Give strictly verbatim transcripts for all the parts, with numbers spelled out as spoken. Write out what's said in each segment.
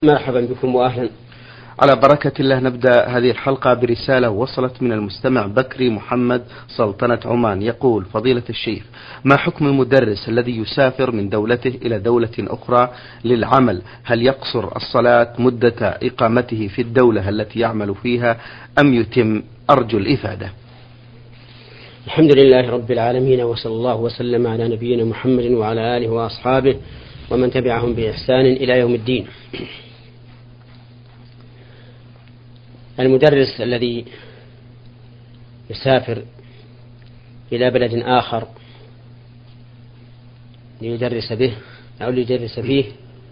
مرحبا بكم وأهلا. على بركة الله نبدأ هذه الحلقة برسالة وصلت من المستمع بكري محمد سلطنة عمان. يقول: فضيلة الشيخ، ما حكم المدرس الذي يسافر من دولته إلى دولة أخرى للعمل؟ هل يقصر الصلاة مدة إقامته في الدولة التي يعمل فيها أم يتم؟ أرجو الإفادة. الحمد لله رب العالمين، وصلى الله وسلم على نبينا محمد وعلى آله وأصحابه ومن تبعهم بإحسان إلى يوم الدين. المدرس الذي يسافر إلى بلد آخر ليدرس به أو ليدرس فيه،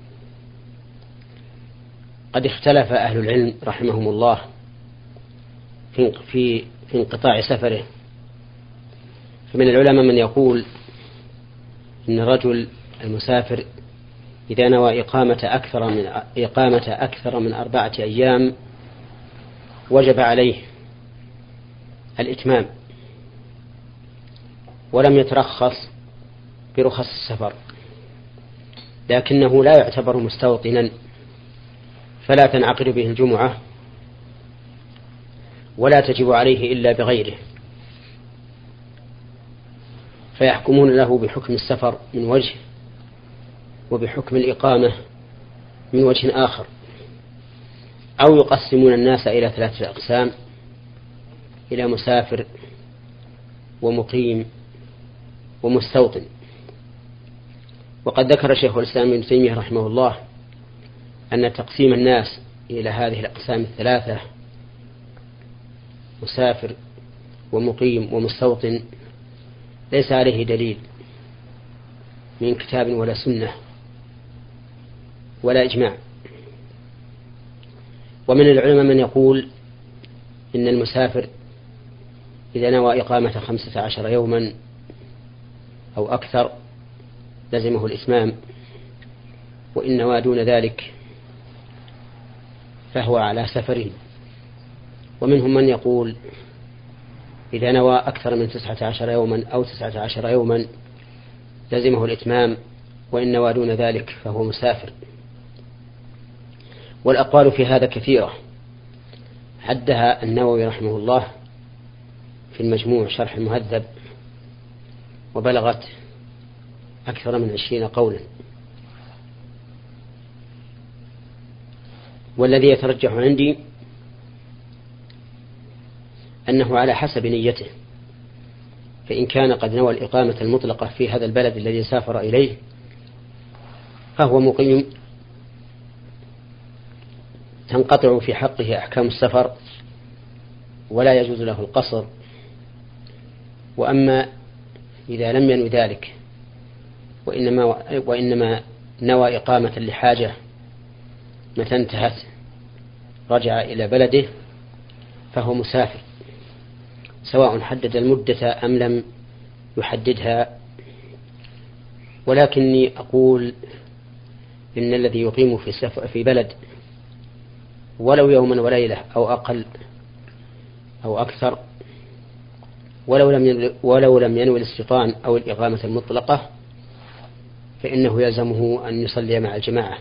قد اختلف أهل العلم رحمهم الله في في في انقطاع سفره. فمن العلماء من يقول إن الرجل المسافر إذا نوى إقامة أكثر من إقامة أكثر من أربعة أيام وجب عليه الإتمام، ولم يترخص برخص السفر، لكنه لا يعتبر مستوطنا فلا تنعقد به الجمعة ولا تجب عليه إلا بغيره، فيحكمون له بحكم السفر من وجه وبحكم الإقامة من وجه آخر، أو يقسمون الناس إلى ثلاثة أقسام: إلى مسافر ومقيم ومستوطن. وقد ذكر شيخ الإسلام ابن تيمية رحمه الله أن تقسيم الناس إلى هذه الأقسام الثلاثة مسافر ومقيم ومستوطن ليس عليه دليل من كتاب ولا سنة ولا إجماع. ومن العلماء من يقول إن المسافر إذا نوى إقامة خمسة عشر يوما أو أكثر لزمه الإتمام، وإن نوى دون ذلك فهو على سفر. ومنهم من يقول إذا نوى أكثر من تسعة عشر يوما أو تسعة عشر يوما لزمه الإتمام، وإن نوى دون ذلك فهو مسافر. والأقوال في هذا كثيرة، حدها النووي رحمه الله في المجموع شرح المهذب، وبلغت أكثر من عشرين قولا. والذي يترجح عندي أنه على حسب نيته، فإن كان قد نوى الإقامة المطلقة في هذا البلد الذي سافر إليه فهو مقيم، تنقطع في حقه أحكام السفر ولا يجوز له القصر. وأما إذا لم ينوي ذلك وإنما, وإنما نوى إقامة لحاجة، متى انتهت رجع إلى بلده فهو مسافر، سواء حدد المدة أم لم يحددها. ولكني أقول إن الذي يقيم في, سفر في بلد ولو يوما وليلة أو أقل أو أكثر، ولو لم ولو لم ينوي الاستيطان أو الإقامة المطلقة، فإنه يلزمه أن يصلي مع الجماعة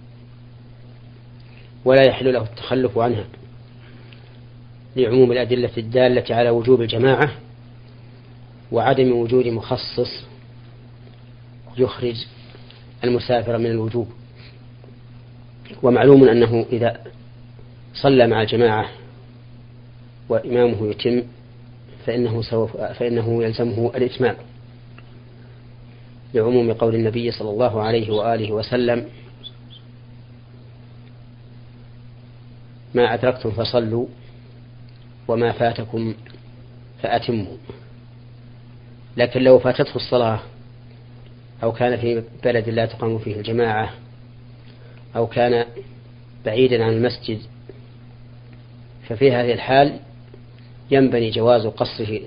ولا يحل له التخلف عنها، لعموم الأدلة الدالة على وجوب الجماعة وعدم وجود مخصص يخرج المسافر من الوجوب. ومعلوم أنه إذا صلى مع الجماعة وإمامه يتم فإنه, سوف فإنه يلزمه الإتمام، لعموم قول النبي صلى الله عليه وآله وسلم: ما أدركتم فصلوا وما فاتكم فأتموا. لكن لو فاتته الصلاة أو كان في بلد لا تقام فيه الجماعة أو كان بعيدا عن المسجد، ففي هذه الحال ينبني جواز قصره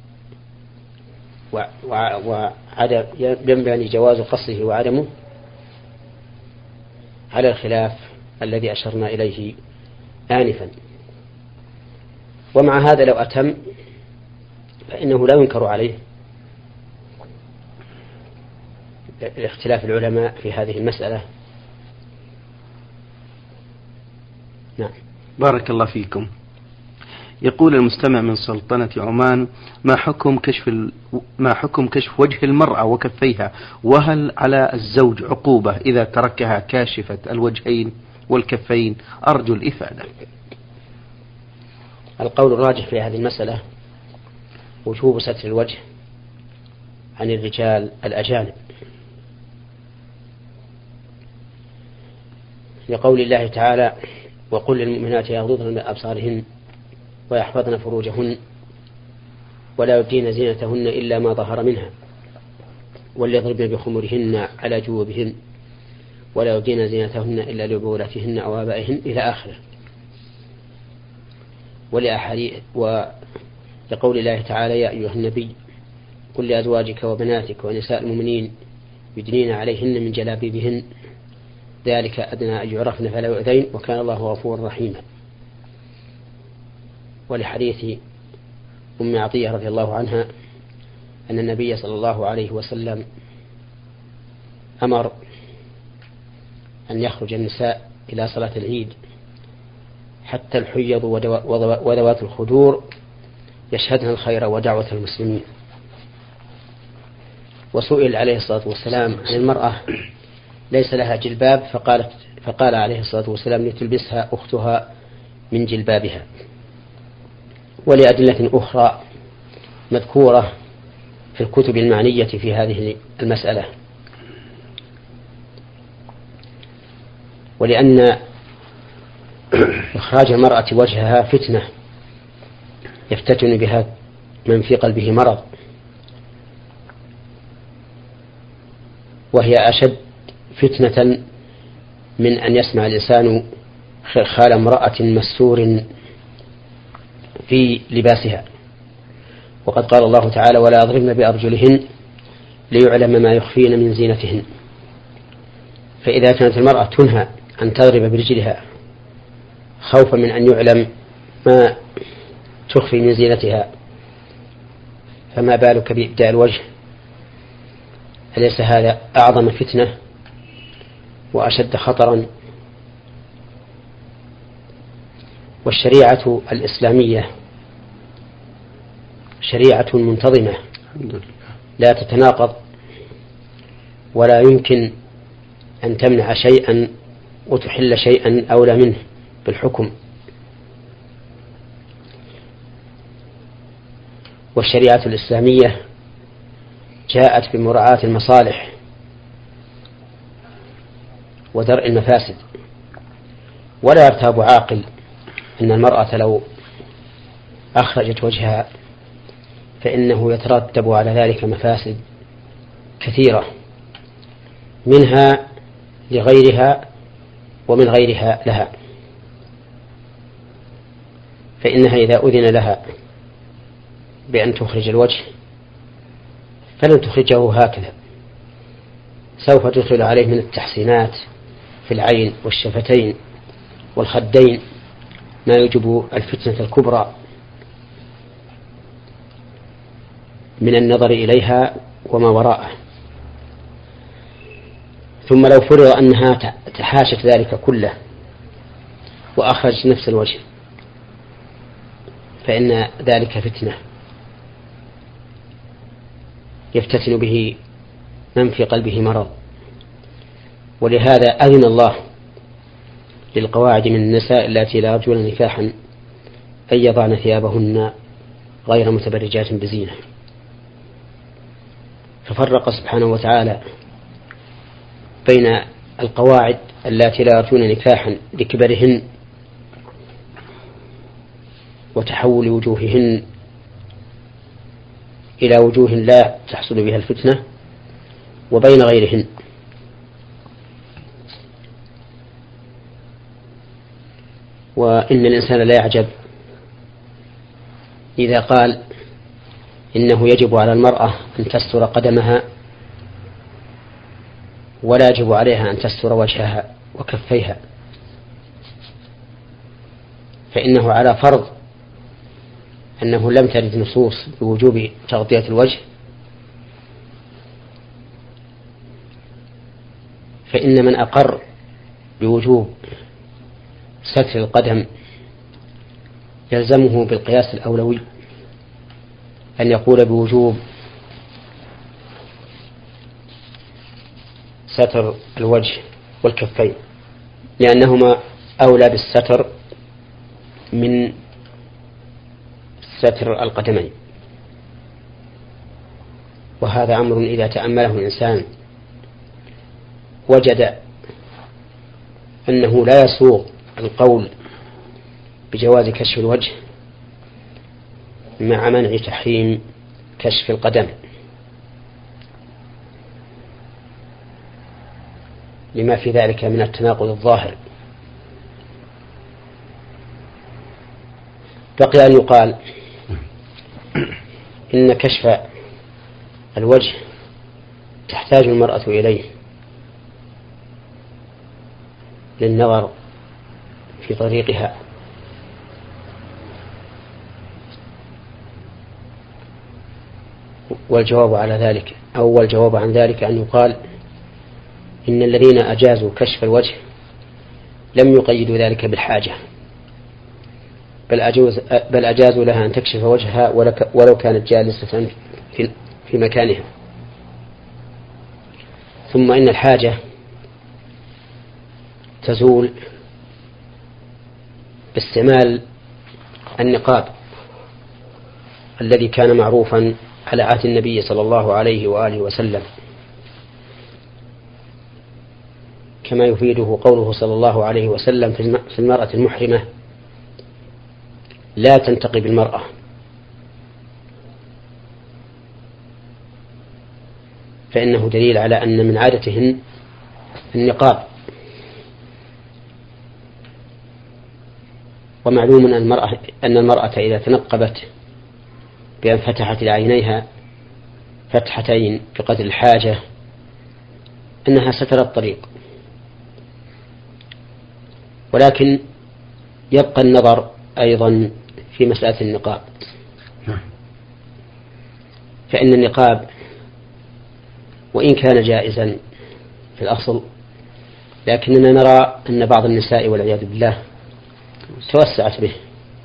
وعدم ينبني جواز قصره وعدمه على الخلاف الذي أشرنا إليه آنفا. ومع هذا لو أتم فإنه لا ينكر عليه لاختلاف العلماء في هذه المسألة، نعم. بارك الله فيكم. يقول المستمع من سلطنة عمان: ما حكم كشف ال... ما حكم كشف وجه المرأة وكفيها، وهل على الزوج عقوبة إذا تركها كاشفة الوجهين والكفين؟ أرجو الإفادة. القول الراجح في هذه المسألة وجوب ستر الوجه عن الرجال الأجانب، لقول الله تعالى: وقل للمؤمنات يغضضن من أبصارهن ويحفظن فروجهن ولا يبدين زينتهن إلا ما ظهر منها وليضربن بخمرهن على جيوبهن ولا يبدين زينتهن إلا لبعولتهن أو آبائهن إلى آخره. ولقول الله تعالى: يا أيها النبي قل لأزواجك وبناتك ونساء المؤمنين يدنين عليهن من جلابيبهن ذلك أدنى أن يعرفن فلا يؤذين وكان الله غفورا رحيما. ولحديث أم عطية رضي الله عنها أن النبي صلى الله عليه وسلم أمر أن يخرج النساء إلى صلاة العيد حتى الحيض وذوات الخدور يشهدن الخير ودعوة المسلمين. وسئل عليه الصلاة والسلام عن المرأة ليس لها جلباب فقالت فقال عليه الصلاة والسلام: لتلبسها أختها من جلبابها. ولأدلة أخرى مذكورة في الكتب المعنية في هذه المسألة. ولأن إخراج المرأة وجهها فتنة يفتتن بها من في قلبه مرض، وهي أشد فتنة من أن يسمع الإنسان خال امرأة مستور في لباسها. وقد قال الله تعالى: ولا يضربن بأرجلهن ليعلم ما يخفين من زينتهن. فإذا كانت المرأة تنهى أن تضرب برجلها خوفا من أن يعلم ما تخفي من زينتها، فما بالك بإبداء الوجه؟ أليس هذا أعظم فتنة وأشد خطرا؟ والشريعة الإسلامية شريعة منتظمة لا تتناقض، ولا يمكن أن تمنع شيئا وتحل شيئا أولى منه بالحكم. والشريعة الإسلامية جاءت بمراعاة المصالح ودرء المفاسد، ولا يرتاب عاقل أن المرأة لو أخرجت وجهها فإنه يترتب على ذلك مفاسد كثيرة، منها لغيرها ومن غيرها لها. فإنها إذا أذن لها بأن تخرج الوجه فلن تخرجه هكذا، سوف تدخل عليه من التحسينات في العين والشفتين والخدين ما يجب الفتنة الكبرى من النظر إليها وما وراءه. ثم لو فرض أنها تحاشت ذلك كله وأخرجت نفس الوجه فإن ذلك فتنة يفتتن به من في قلبه مرض. ولهذا أذن الله للقواعد من النساء اللاتي لا يرجون نكاحا أن يضعن ثيابهن غير متبرجات بزينة، ففرق سبحانه وتعالى بين القواعد اللاتي لا يرجون نكاحا لكبرهن وتحول وجوههن إلى وجوه لا تحصل بها الفتنة، وبين غيرهن. وإن الإنسان لا يعجب إذا قال إنه يجب على المرأة أن تستر قدمها ولا يجب عليها أن تستر وجهها وكفيها، فإنه على فرض أنه لم ترد نصوص بوجوب تغطية الوجه، فإن من أقر بوجوب ستر القدم يلزمه بالقياس الأولوي أن يقول بوجوب ستر الوجه والكفين، لأنهما أولى بالستر من ستر القدمين. وهذا أمر إذا تأمله الإنسان وجد أنه لا يسوغ القول بجواز كشف الوجه مع منع تحريم كشف القدم، لما في ذلك من التناقض الظاهر. بقي أن يقال إن كشف الوجه تحتاج المرأة إليه للنظر في طريقها، والجواب على ذلك أو الجواب عن ذلك أن يقال إن الذين أجازوا كشف الوجه لم يقيدوا ذلك بالحاجة، بل, أجوز بل أجازوا لها أن تكشف وجهها ولو كانت جالسة في مكانها. ثم إن الحاجة تزول باستعمال النقاب الذي كان معروفا على عهد النبي صلى الله عليه وآله وسلم، كما يفيده قوله صلى الله عليه وسلم في المرأة المحرمة: لا تنتقب المرأة. فإنه دليل على أن من عادتهن النقاب. ومعلوم أن المرأة, أن المرأة إذا تنقبت بأن فتحت لعينيها فتحتين بقدر الحاجة أنها سترى الطريق، ولكن يبقى النظر أيضا في مسألة النقاب. فإن النقاب وإن كان جائزا في الأصل، لكننا نرى أن بعض النساء والعياذ بالله توسعت به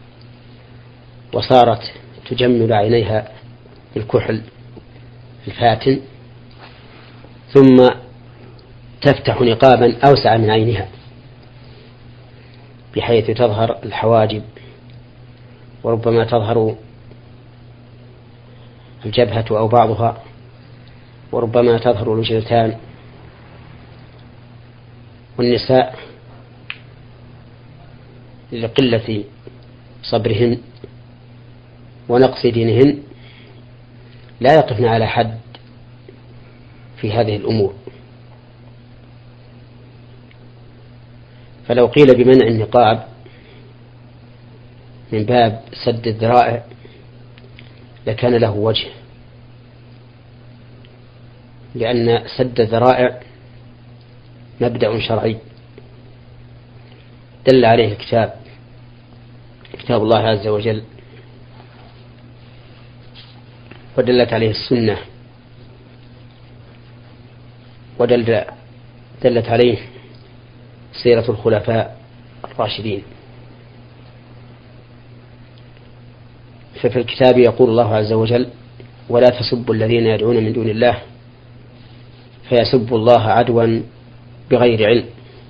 وصارت تجمل عينيها بالكحل الفاتن، ثم تفتح نقابا أوسع من عينها بحيث تظهر الحواجب، وربما تظهر الجبهة أو بعضها، وربما تظهر الوجهتان. والنساء لقلة صبرهن ونقص دينهن لا يقفن على حد في هذه الأمور. فلو قيل بمنع النقاب من باب سد الذرائع لكان له وجه، لأن سد الذرائع مبدأ شرعي دل عليه الكتاب كتاب الله عز وجل، ودلت عليه السنة، ودل دلت عليه سيرة الخلفاء الراشدين. ففي الكتاب يقول الله عز وجل: ولا تسبوا الذين يدعون من دون الله فيسبوا الله عدوا بغير علم.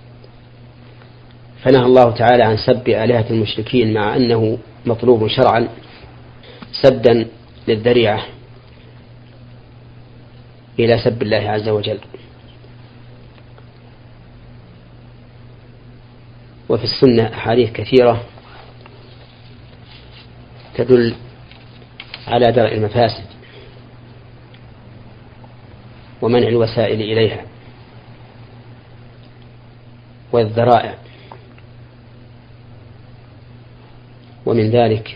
فنهى الله تعالى عن سب آلهة المشركين مع أنه مطلوب شرعا سدا للذريعة إلى سب الله عز وجل. وفي السنة أحاديث كثيرة تدل على درء المفاسد ومنع الوسائل إليها والذرائع. ومن ذلك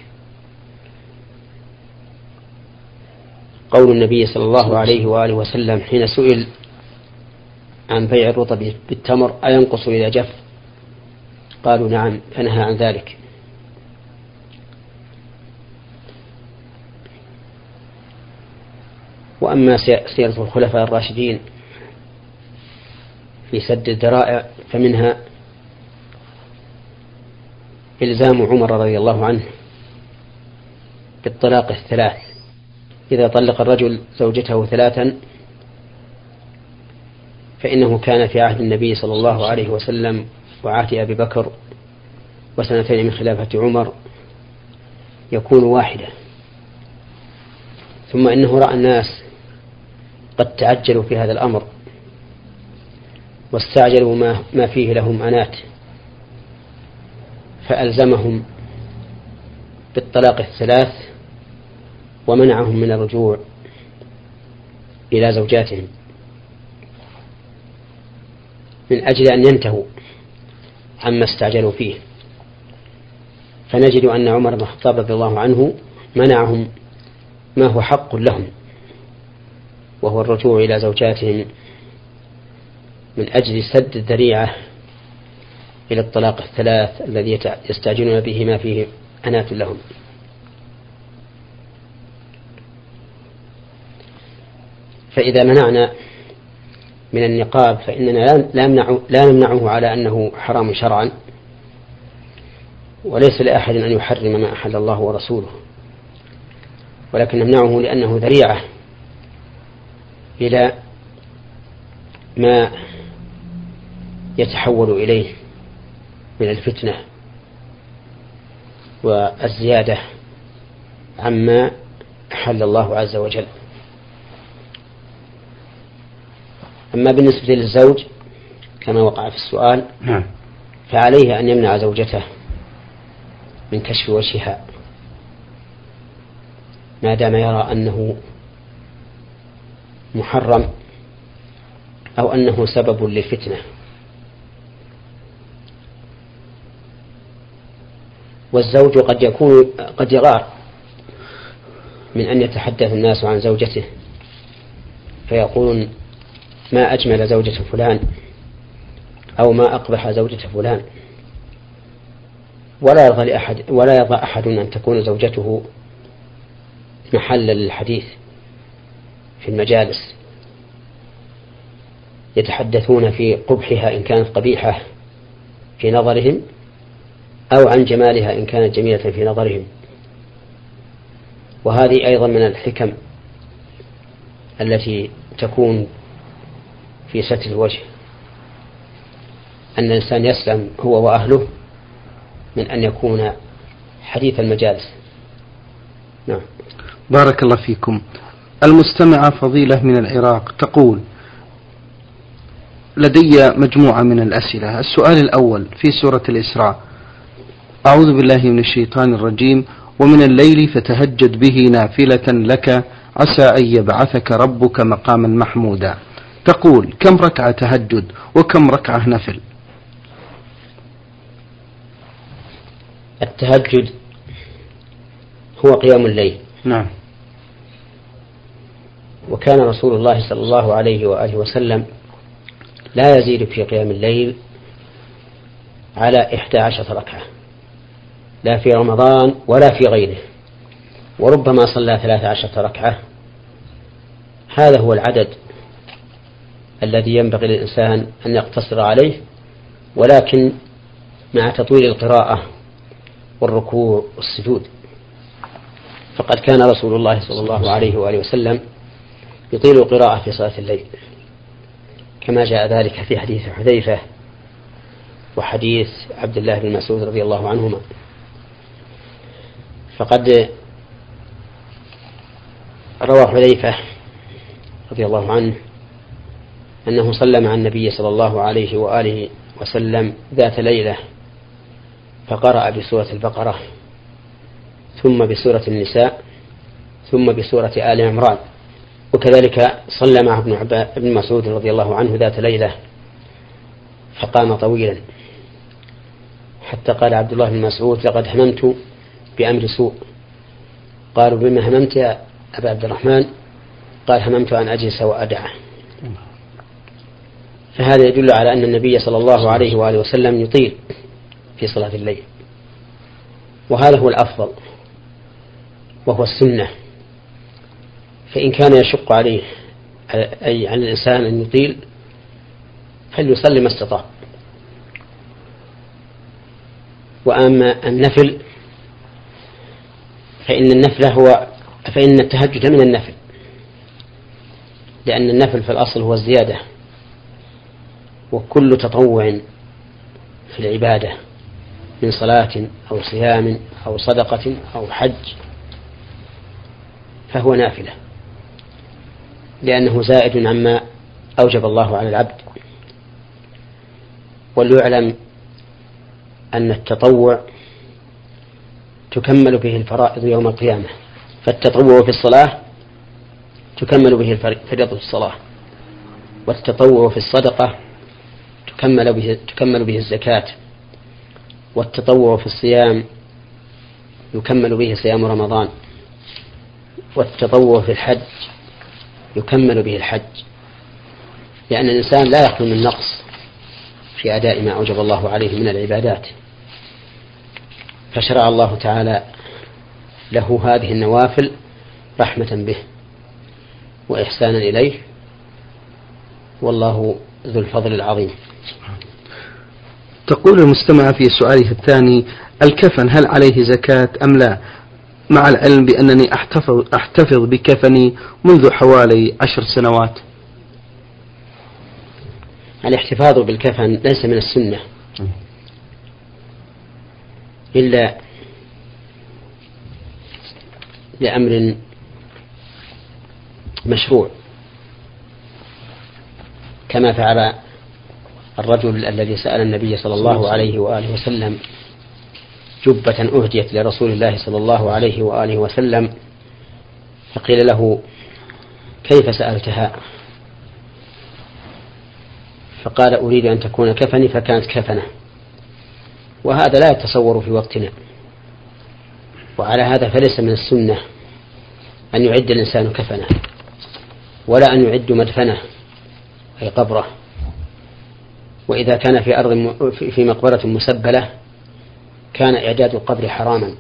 قول النبي صلى الله عليه وآله وسلم حين سئل عن بيع الرطب بالتمر: أينقص إذا جف؟ قالوا: نعم، فنهى عن ذلك. وأما سيرة الخلفاء الراشدين في سد الذرائع فمنها إلزام عمر رضي الله عنه بالطلاق الثلاث. إذا طلق الرجل زوجته ثلاثا فإنه كان في عهد النبي صلى الله عليه وسلم وعهد أبي بكر وسنتين من خلافة عمر يكون واحدة، ثم إنه رأى الناس قد تعجلوا في هذا الأمر واستعجلوا ما, ما فيه لهم أنات، فألزمهم بالطلاق الثلاث ومنعهم من الرجوع إلى زوجاتهم من أجل أن ينتهوا عما استعجلوا فيه. فنجد أن عمر بن الخطاب رضي الله عنه منعهم ما هو حق لهم، وهو الرجوع إلى زوجاتهم من أجل سد الذريعة إلى الطلاق الثلاث الذي يستعجلون به ما فيه أنات لهم. فإذا منعنا من النقاب فإننا لا نمنع لا نمنعه على أنه حرام شرعا، وليس لأحد أن يحرم ما أحل الله ورسوله، ولكن نمنعه لأنه ذريعة إلى ما يتحول إليه من الفتنة والزيادة عما أحل الله عز وجل. أما بالنسبة للزوج كما وقع في السؤال فعليه أن يمنع زوجته من كشف وجهها ما دام يرى أنه محرم أو أنه سبب للفتنة. والزوج قد يكون قد يغار من أن يتحدث الناس عن زوجته فيقولون ما أجمل زوجة فلان أو ما أقبح زوجة فلان، ولا يرضى لأحد ولا يرضى أحد أن تكون زوجته محلا للحديث في المجالس، يتحدثون في قبحها إن كانت قبيحة في نظرهم أو عن جمالها إن كانت جميلة في نظرهم. وهذه أيضا من الحكم التي تكون في ستر الوجه، أن الإنسان يسلم هو وأهله من أن يكون حديث المجالس. نعم. بارك الله فيكم. المستمعة فضيلة من العراق تقول: لدي مجموعة من الأسئلة. السؤال الأول في سورة الإسراء: أعوذ بالله من الشيطان الرجيم: ومن الليل فتهجد به نافلة لك عسى أن يبعثك ربك مقاما محمودا. تقول: كم ركعة تهجد وكم ركعة نفل؟ التهجد هو قيام الليل. نعم. وكان رسول الله صلى الله عليه وآله وسلم لا يزيد في قيام الليل على إحدى عشرة ركعة، لا في رمضان ولا في غيره، وربما صلى ثلاث عشرة ركعة. هذا هو العدد الذي ينبغي للإنسان أن يقتصر عليه، ولكن مع تطويل القراءة والركوع والسجود. فقد كان رسول الله صلى الله عليه وآله وسلم يطيل القراءة في صلاة الليل، كما جاء ذلك في حديث حذيفة وحديث عبد الله بن مسعود رضي الله عنهما. فقد روى حذيفة رضي الله عنه أنه صلى مع النبي صلى الله عليه وآله وسلم ذات ليلة فقرأ بسورة البقرة ثم بسورة النساء ثم بسورة آل عمران. وكذلك صلى مع ابن مسعود رضي الله عنه ذات ليلة فقام طويلا حتى قال عبد الله بن مسعود: لقد هممت بأمر سوء. قالوا: بما هممت يا أبا عبد الرحمن؟ قال: هممت أن أجلس وأدعه. فهذا يدل على أن النبي صلى الله عليه وآله وسلم يطيل في صلاة الليل، وهذا هو الأفضل وهو السنة. فإن كان يشق عليه أي على الإنسان أن يطيل فليصلي ما استطاع. وأما النفل فإن النفل هو فإن التهجد من النفل، لأن النفل في الأصل هو الزيادة، وكل تطوع في العبادة من صلاة أو صيام أو صدقة أو حج فهو نافلة، لأنه زائد عما أوجب الله على العبد. وليعلم أن التطوع تكمل به الفرائض يوم القيامة، فالتطوع في الصلاة تكمل به فريضة الصلاة، والتطوع في الصدقة تكمل به, تكمل به الزكاة، والتطوع في الصيام يكمل به صيام رمضان، والتطوع في الحج يكمل به الحج، لأن الإنسان لا يخلو من نقص في أداء ما أوجب الله عليه من العبادات، فشرع الله تعالى له هذه النوافل رحمة به وإحسانا إليه، والله ذو الفضل العظيم. تقول المستمع في سؤاله الثاني: الكفن هل عليه زكاة أم لا؟ مع العلم بأنني أحتفظ, أحتفظ بكفني منذ حوالي عشر سنوات. الاحتفاظ بالكفن ليس من السنة إلا لأمر مشروع، كما فعل الرجل الذي سأل النبي صلى الله عليه وآله وسلم جبة أهديت لرسول الله صلى الله عليه وآله وسلم، فقيل له: كيف سألتها؟ فقال: أريد أن تكون كفني، فكانت كفنه. وهذا لا يتصور في وقتنا، وعلى هذا فليس من السنة أن يعد الإنسان كفنه، ولا أن يعد مدفنه أي قبره. وإذا كان في أرض في مقبرة مسبلة كان إعداد القبر حراما،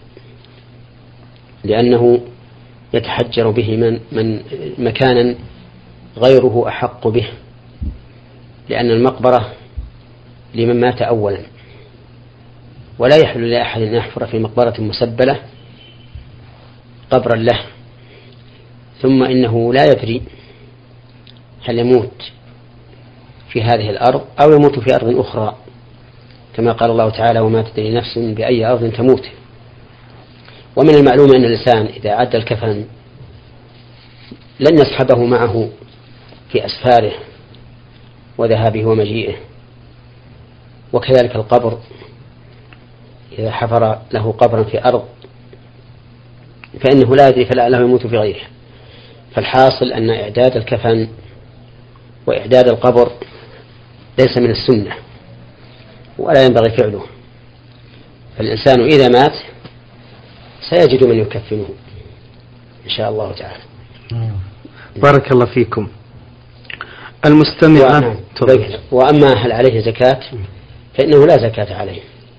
لأنه يتحجر به من, من مكانا غيره أحق به، لأن المقبرة لمن مات أولا، ولا يحل لأحد أن يحفر في مقبرة مسبلة قبرا له، ثم إنه لا يدري هل يموت في هذه الأرض أو يموت في أرض أخرى، كما قال الله تعالى: وما تدري نفس بأي أرض تموت. ومن المعلوم أن الإنسان إذا عد الكفن لن يصحبه معه في أسفاره وذهابه ومجيئه، وكذلك القبر إذا حفر له قبرا في أرض فإنه لا يدري فلعله يموت في غيره. فالحاصل أن إعداد الكفن وإعداد القبر ليس من السنة ولا ينبغي فعله، فالإنسان إذا مات سيجد من يكفنه إن شاء الله تعالى. بارك الله فيكم. المستمع: وأما هل عليه زكاة فإنه لا زكاة عليه،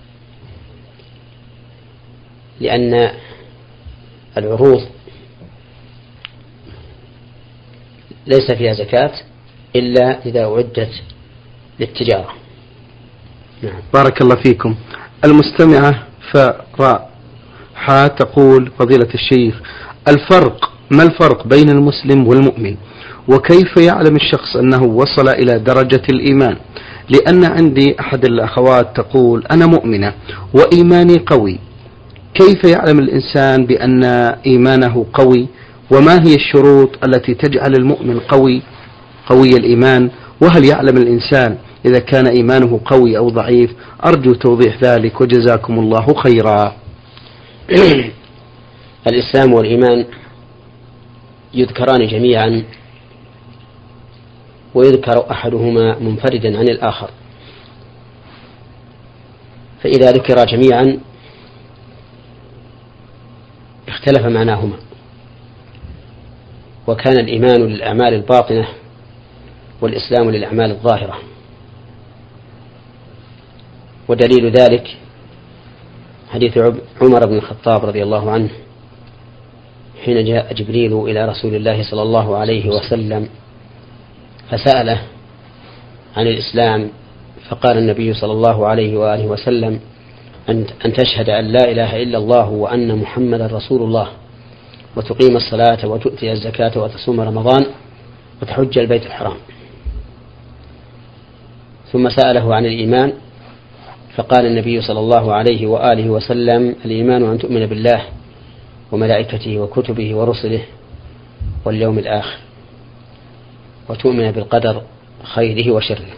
لأن العروض ليس فيها زكاة إلا إذا أعدت للتجارة. نعم. بارك الله فيكم. المستمعة فراحة تقول: فضيلة الشيخ، الفرق ما الفرق بين المسلم والمؤمن؟ وكيف يعلم الشخص أنه وصل إلى درجة الإيمان؟ لأن عندي أحد الأخوات تقول: أنا مؤمنة وإيماني قوي، كيف يعلم الإنسان بأن إيمانه قوي؟ وما هي الشروط التي تجعل المؤمن قوي قوي الإيمان؟ وهل يعلم الإنسان إذا كان إيمانه قوي أو ضعيف؟ أرجو توضيح ذلك وجزاكم الله خيرا. الإسلام والإيمان يذكران جميعا، ويذكر أحدهما منفردا عن الآخر، فإذا ذكر جميعا اختلف معناهما، وكان الإيمان للأعمال الباطنة والإسلام للأعمال الظاهرة. ودليل ذلك حديث عمر بن الخطاب رضي الله عنه حين جاء جبريل إلى رسول الله صلى الله عليه وسلم فسأله عن الإسلام، فقال النبي صلى الله عليه وآله وسلم: أن تشهد أن لا إله إلا الله وأن محمدا رسول الله، وتقيم الصلاة وتؤتي الزكاة وتصوم رمضان وتحج البيت الحرام. ثم سأله عن الإيمان فقال النبي صلى الله عليه وآله وسلم: الإيمان أن تؤمن بالله وملائكته وكتبه ورسله واليوم الآخر، وتؤمن بالقدر خيره وشره.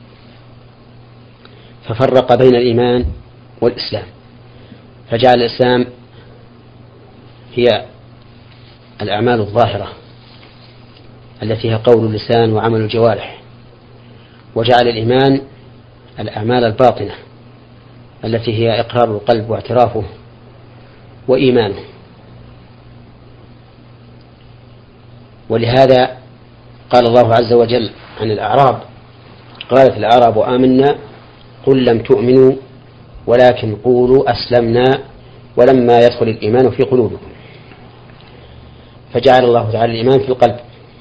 ففرق بين الإيمان والإسلام، فجعل الإسلام هي الأعمال الظاهرة التي هي قول اللسان وعمل الجوارح، وجعل الإيمان الأعمال الباطنة التي هي إقرار القلب واعترافه وإيمانه. ولهذا قال الله عز وجل عن الأعراب: قالت الأعراب آمنا قل لم تؤمنوا ولكن قولوا أسلمنا ولما يدخل الإيمان في قلوبكم. فجعل الله تعالى الإيمان في القلب.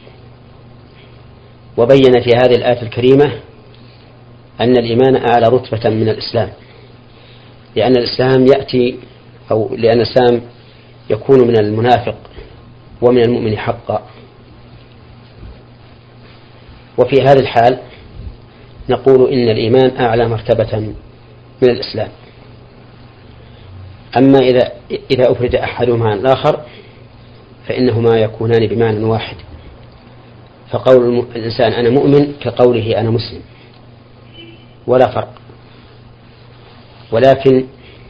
وبين في هذه الآية الكريمة أن الإيمان أعلى رتبة من الإسلام، لأن الإسلام يأتي أو لأن الإسلام يكون من المنافق ومن المؤمن حقا. وفي هذه الحال نقول إن الإيمان أعلى مرتبة من الإسلام. أما إذا إذا أفرد أحدهما عن الآخر فإنهما يكونان بمعنى واحد، فقول الإنسان أنا مؤمن كقوله أنا مسلم، ولا فرق. ولكن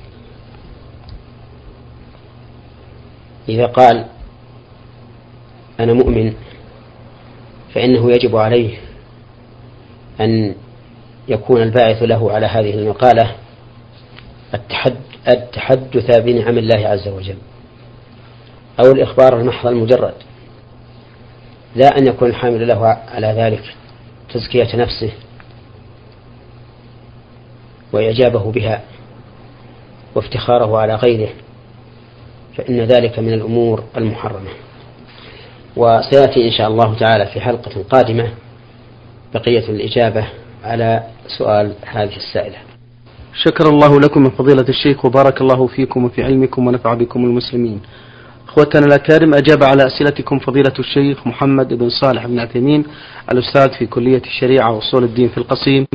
إذا قال أنا مؤمن فإنه يجب عليه أن يكون الباعث له على هذه المقالة التحدث بنعم الله عز وجل، أو الإخبار المحض المجرد، لا أن يكون الحامل له على ذلك تزكية نفسه وإعجابه بها وافتخاره على غيره، فإن ذلك من الأمور المحرمة. وسيأتي إن شاء الله تعالى في حلقة قادمة بقية الإجابة على سؤال هذه السائلة. شكر الله لكم من فضيلة الشيخ وبارك الله فيكم وفي علمكم ونفع بكم المسلمين. أخوتنا الأكارم، أجاب على أسئلتكم فضيلة الشيخ محمد بن صالح بن عثيمين الأستاذ في كلية الشريعة وأصول الدين في القصيم.